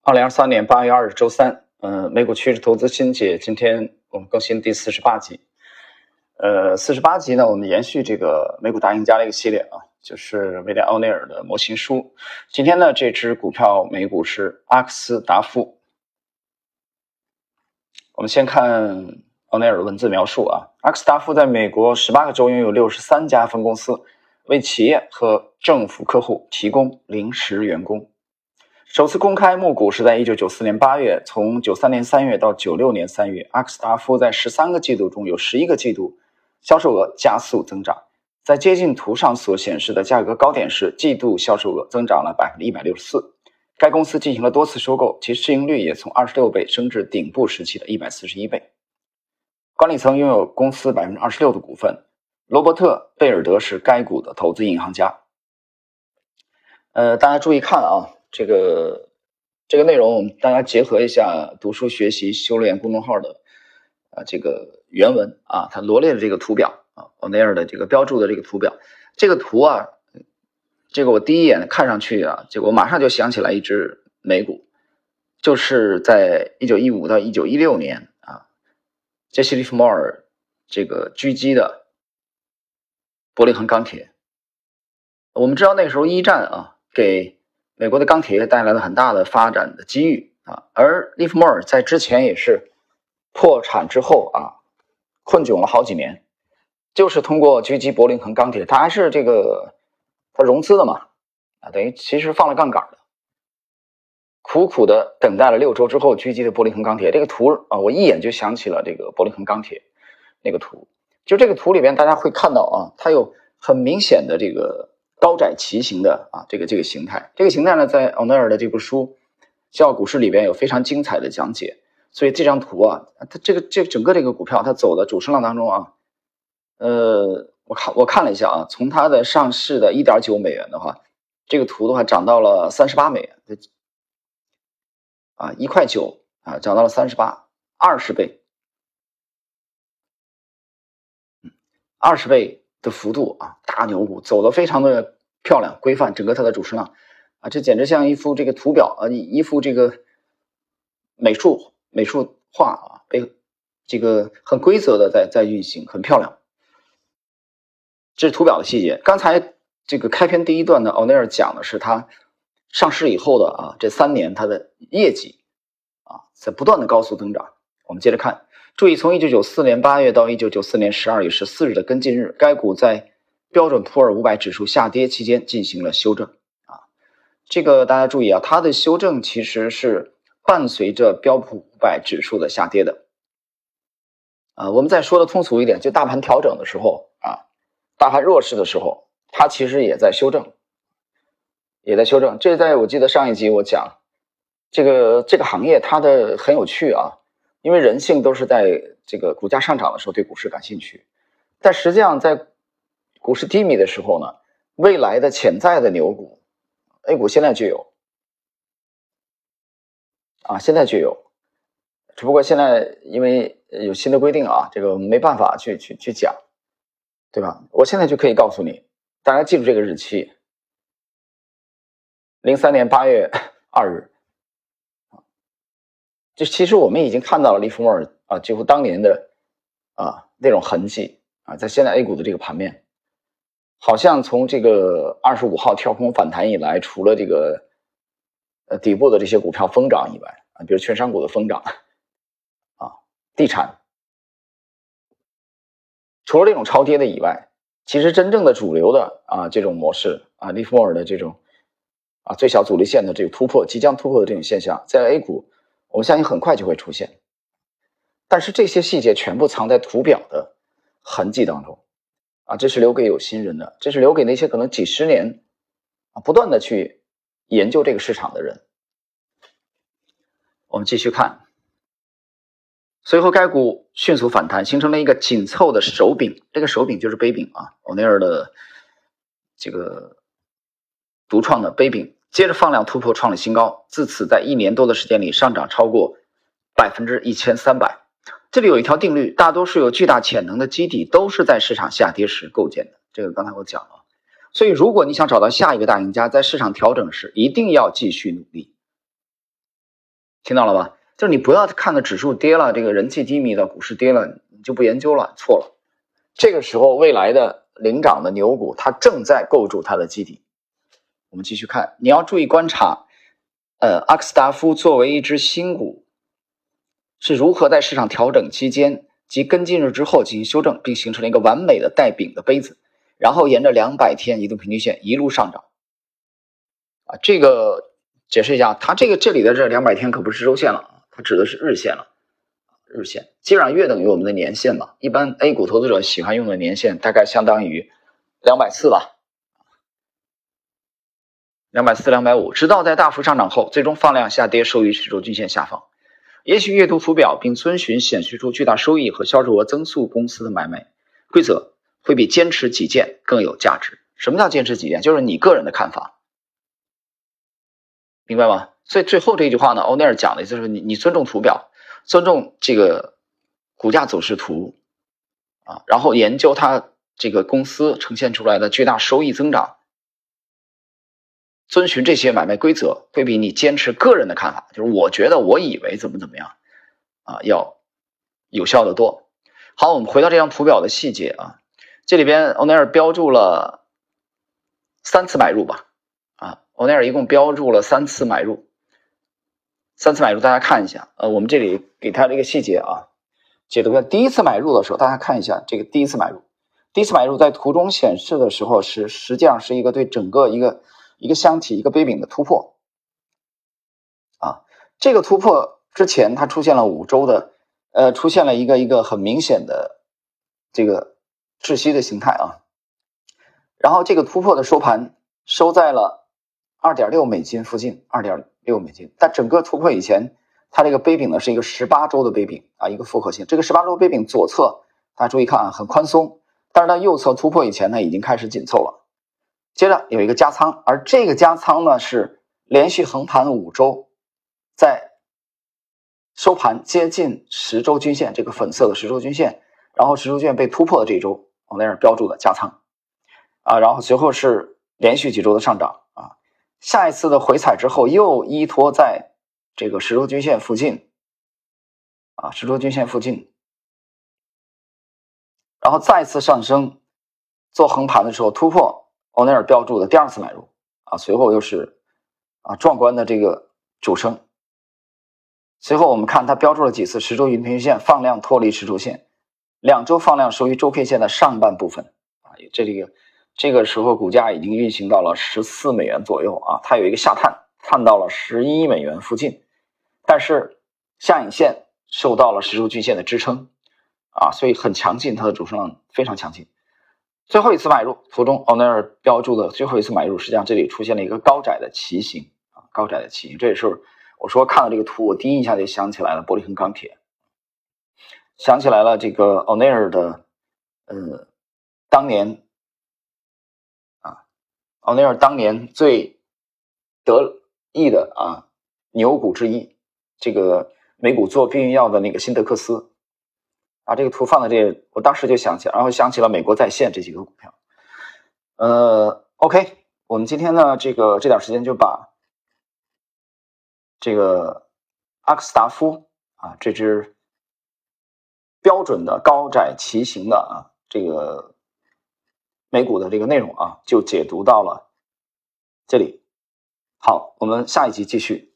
2023年8月2日周三，美股趋势投资新解，今天我们更新第48集。48集呢，我们延续这个美股大赢家的一个系列啊，就是威廉·奥内尔的模型书。今天呢，这只股票美股是阿克斯达夫。我们先看奥内尔的文字描述啊，阿克斯达夫在美国18个州拥有63家分公司，为企业和政府客户提供临时员工。首次公开募股是在1994年8月，从93年3月到96年3月，阿克斯达夫在13个季度中有11个季度销售额加速增长。在接近图上所显示的价格高点时，季度销售额增长了 164%。该公司进行了多次收购，其市盈率也从26倍升至顶部时期的141倍。管理层拥有公司 26% 的股份，罗伯特·贝尔德是该股的投资银行家。大家注意看啊，这个内容我们大家结合一下读书学习修炼公众号的这个原文啊，它罗列的这个图表啊，奥内尔的这个标注的这个图表，这个图啊，这个我第一眼看上去啊，结果我马上就想起来一只美股，就是在1915到1916年啊，杰西·利弗莫尔这个狙击的伯林恒钢铁。我们知道那时候一战啊，给美国的钢铁业带来了很大的发展的机遇啊，而利弗莫尔在之前也是破产之后啊，困窘了好几年，就是通过狙击伯林恒钢铁，他还是他融资的嘛啊，等于其实放了杠杆的，苦苦的等待了6周之后狙击的伯林恒钢铁。这个图啊，我一眼就想起了这个伯林恒钢铁那个图，就这个图里边大家会看到啊，它有很明显的这个高窄旗形的啊这个形态。这个形态呢，在奥内尔的这部书《笑傲股市》里边有非常精彩的讲解。所以这张图啊，它整个这个股票它走的主升浪当中啊，我看了一下啊，从它的上市的1.9美元的话，这个图的话涨到了38美元啊，1.9块啊，涨到了38，20倍，20倍的幅度啊，大牛股走得非常的漂亮规范，整个它的主升浪啊，这简直像一幅这个图表啊，一幅这个美术画啊，被这个很规则的在运行，很漂亮。这是图表的细节。刚才这个开篇第一段呢，奥内尔讲的是他上市以后的啊这3年他的业绩啊在不断的高速增长。我们接着看，注意从1994年8月到1994年12月14日的跟进日，该股在标准普尔500指数下跌期间进行了修正啊。这个大家注意啊，它的修正其实是伴随着标普500指数的下跌的啊。我们再说的通俗一点，就大盘调整的时候啊，大盘弱势的时候，它其实也在修正，这在我记得上一集我讲这个行业它的很有趣啊，因为人性都是在这个股价上涨的时候对股市感兴趣，但实际上在股市低迷的时候呢，未来的潜在的牛股 A 股现在就有啊，只不过现在因为有新的规定啊，这个没办法去讲，对吧？我现在就可以告诉你，大家记住这个日期，03年8月2日。这其实我们已经看到了利弗莫尔啊，几乎当年的啊那种痕迹啊，在现在 A 股的这个盘面，好像从这个25号跳空反弹以来，除了这个底部的这些股票疯涨以外啊，比如券商股的疯涨啊，地产，除了这种超跌的以外，其实真正的主流的啊这种模式啊，利弗莫尔的这种啊最小阻力线的这个突破，即将突破的这种现象，在 A 股我们相信很快就会出现，但是这些细节全部藏在图表的痕迹当中啊，这是留给有心人的，这是留给那些可能几十年啊不断的去研究这个市场的人。我们继续看，随后该股迅速反弹，形成了一个紧凑的手柄，这个手柄就是杯柄啊，欧内尔的这个独创的杯柄，接着放量突破创了新高，自此在1年多的时间里上涨超过 1300%。 这里有一条定律，大多数有巨大潜能的基底都是在市场下跌时构建的，这个刚才我讲了。所以如果你想找到下一个大赢家，在市场调整时一定要继续努力。 听到了吧？就是你不要看的指数跌了，这个人气低迷的股市跌了，你就不研究了，错了。这个时候未来的领涨的牛股，它正在构筑它的基底。我们继续看，你要注意观察，阿克斯达夫作为一只新股，是如何在市场调整期间及跟进日之后进行修正，并形成了一个完美的带柄的杯子，然后沿着200天移动平均线一路上涨。这个解释一下，它这里的这200天可不是周线了，它指的是日线了。日线基本上约等于我们的年线吧，一般 A 股投资者喜欢用的年线大概相当于240吧，240、250，直到在大幅上涨后，最终放量下跌，收于10周均线下方。也许阅读图表并遵循显示出巨大收益和销售额增速公司的买卖规则，会比坚持己见更有价值。什么叫坚持己见？就是你个人的看法，明白吗？所以最后这句话呢，欧内尔讲的就是你尊重图表，尊重这个股价走势图啊，然后研究它这个公司呈现出来的巨大收益增长，遵循这些买卖规则，会比你坚持个人的看法，就是我觉得我以为怎么样啊，要有效的多。好，我们回到这张图表的细节啊，这里边欧内尔标注了3次买入吧，欧内尔一共标注了3次买入，3次买入大家看一下，我们这里给他这个细节啊，解读一下。第一次买入的时候，大家看一下这个第一次买入在图中显示的时候实际上是一个对整个一个箱体一个杯柄的突破啊。这个突破之前它出现了5周的出现了一个很明显的这个窒息的形态啊。然后这个突破的收盘收在了2.6美金附近，2.6美金。但整个突破以前，它这个杯柄呢是一个18周的杯柄啊，一个复合性。这个18周杯柄左侧大家注意看啊，很宽松，但是它右侧突破以前呢已经开始紧凑了。接着有一个加仓，而这个加仓呢是连续横盘5周，在收盘接近10周均线，这个粉色的10周均线，然后10周均线被突破的这一周，我在这儿标注的加仓啊，然后随后是连续几周的上涨啊，下一次的回踩之后又依托在这个10周均线附近啊，10周均线附近，然后再次上升，做横盘的时候突破欧内尔标注的第2次买入啊，随后又是壮观的这个主升。随后我们看它标注了几次10周移动平均线放量脱离10周线，2周放量收于周 K 线的上半部分啊，这个时候股价已经运行到了14美元左右啊，它有一个下探到了11美元附近，但是下影线受到了10周均线的支撑啊，所以很强劲，它的主升浪非常强劲。最后一次买入，图中欧内尔标注的最后一次买入，实际上这里出现了一个高窄的旗形啊，高窄的旗形。这也是我说看到这个图，我第一印象就想起来了玻璃恒钢铁，想起来了这个欧内尔的当年欧内尔当年最得意的牛股之一，这个美股做避孕药的那个辛德克斯啊，这个图放在这里，我当时就想起来，然后想起了美国在线这几个股票。OK， 我们今天呢这点时间就把这个阿克斯达夫啊这只标准的高窄旗形的这个美股的这个内容就解读到了这里。好，我们下一集继续。